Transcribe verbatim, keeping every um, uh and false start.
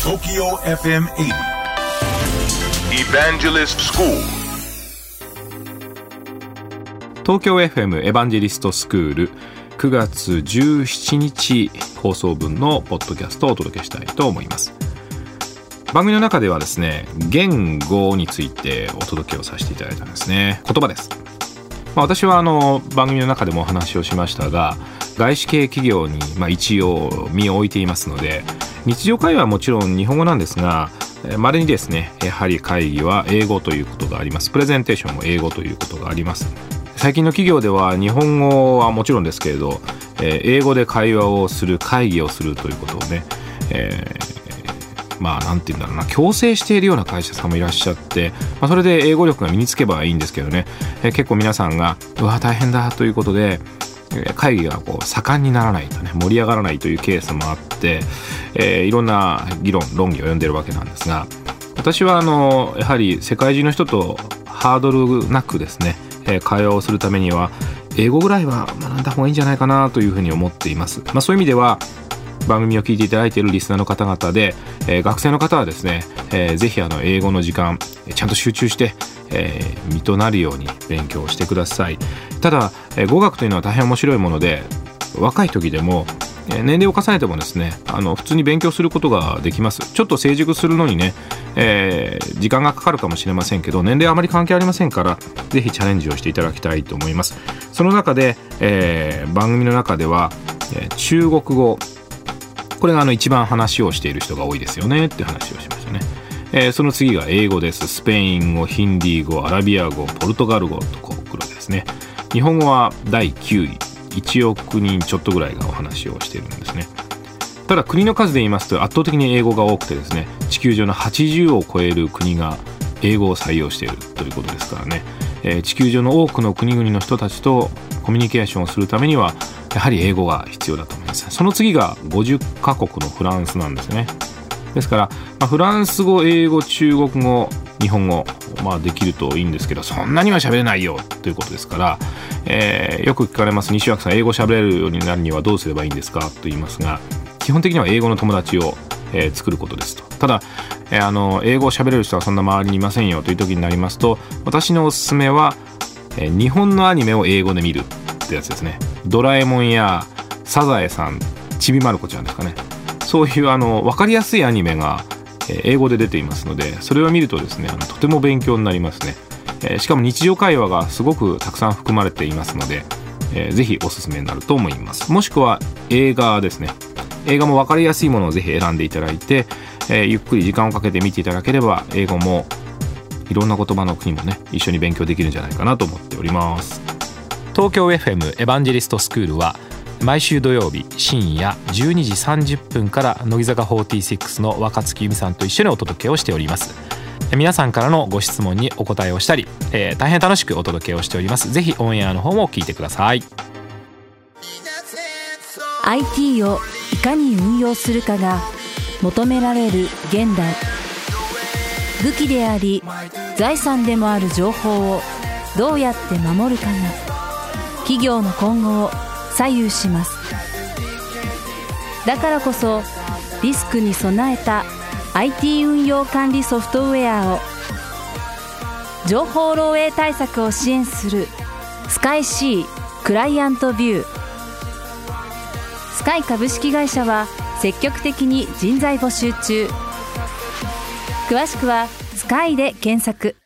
トキオ エフエムはちじゅう Evangelist School。 東京 エフエム エヴァンジェリストスクールくがつじゅうしちにち放送分のポッドキャストをお届けしたいと思います。番組の中ではですね、言語についてお届けをさせていただいたんですね。言葉です。まあ、私はあの番組の中でもお話をしましたが、外資系企業にまあ一応身を置いていますので、日常会話はもちろん日本語なんですが、稀にですね、やはり会議は英語ということがあります。プレゼンテーションも英語ということがあります。最近の企業では日本語はもちろんですけれど、えー、英語で会話をする、会議をするということをね、えーまあなんていうんだろうな、強制しているような会社さんもいらっしゃって、まあ、それで英語力が身につけばいいんですけどね、えー、結構皆さんがうわ大変だということで、えー、会議がこう盛んにならないとね、盛り上がらないというケースもあって、えー、いろんな議論論議を呼んでいるわけなんですが、私はあのやはり世界中の人とハードルなくですね、えー、会話をするためには英語ぐらいは学んだ方がいいんじゃないかなというふうに思っています。まあ、そういう意味では番組を聞いていただいているリスナーの方々で、えー、学生の方はですね、えー、ぜひあの英語の時間ちゃんと集中して、えー、身となるように勉強してください。ただ、えー、語学というのは大変面白いもので、若い時でも、えー、年齢を重ねてもですね、あの普通に勉強することができます。ちょっと成熟するのにね、えー、時間がかかるかもしれませんけど、年齢はあまり関係ありませんから、ぜひチャレンジをしていただきたいと思います。その中で、えー、番組の中では、えー、中国語、これがあの一番話をしている人が多いですよねって話をしましたね。えー、その次が英語です。スペイン語、ヒンディー語、アラビア語、ポルトガル語とこう来るわけですね。日本語はだいきゅうい、いちおくにんちょっとぐらいがお話をしているんですね。ただ国の数で言いますと圧倒的に英語が多くてですね、地球上のはちじゅうを超える国が英語を採用しているということですからね、えー、地球上の多くの国々の人たちとコミュニケーションをするためにはやはり英語が必要だと思います。その次がごじゅっかこくのフランスなんですね。ですから、まあ、フランス語、英語、中国語、日本語、まあ、できるといいんですけど、そんなには喋れないよということですから、えー、よく聞かれます。西脇さん、英語喋れるようになるにはどうすればいいんですかと言いますが、基本的には英語の友達を、えー、作ることですと。ただ、えー、あの英語を喋れる人はそんな周りにいませんよという時になりますと、私のおすすめは、えー、日本のアニメを英語で見るってやつですね。ドラえもんやサザエさん、ちびまる子ちゃんですかね。そういうあの分かりやすいアニメが、えー、英語で出ていますので、それを見るとですね、あのとても勉強になりますね。えー、しかも日常会話がすごくたくさん含まれていますので、えー、ぜひおすすめになると思います。もしくは映画ですね。映画も分かりやすいものをぜひ選んでいただいて、えー、ゆっくり時間をかけて見ていただければ、英語もいろんな言葉の国もね、一緒に勉強できるんじゃないかなと思っております。東京 エフエム エヴァンジェリストスクールは毎週土曜日深夜じゅうにじさんじゅっぷんから乃木坂フォーティーシックスの若月由美さんと一緒にお届けをしております。皆さんからのご質問にお答えをしたり、えー、大変楽しくお届けをしております。ぜひオンエアの方も聞いてください。 アイティー をいかに運用するかが求められる現代。武器であり財産でもある情報をどうやって守るかが企業の今後を左右します。だからこそリスクに備えた アイティー 運用管理ソフトウェアを、情報漏洩対策を支援するスカイ C クライアントビュー。スカイ株式会社は積極的に人材募集中。詳しくはスカイで検索。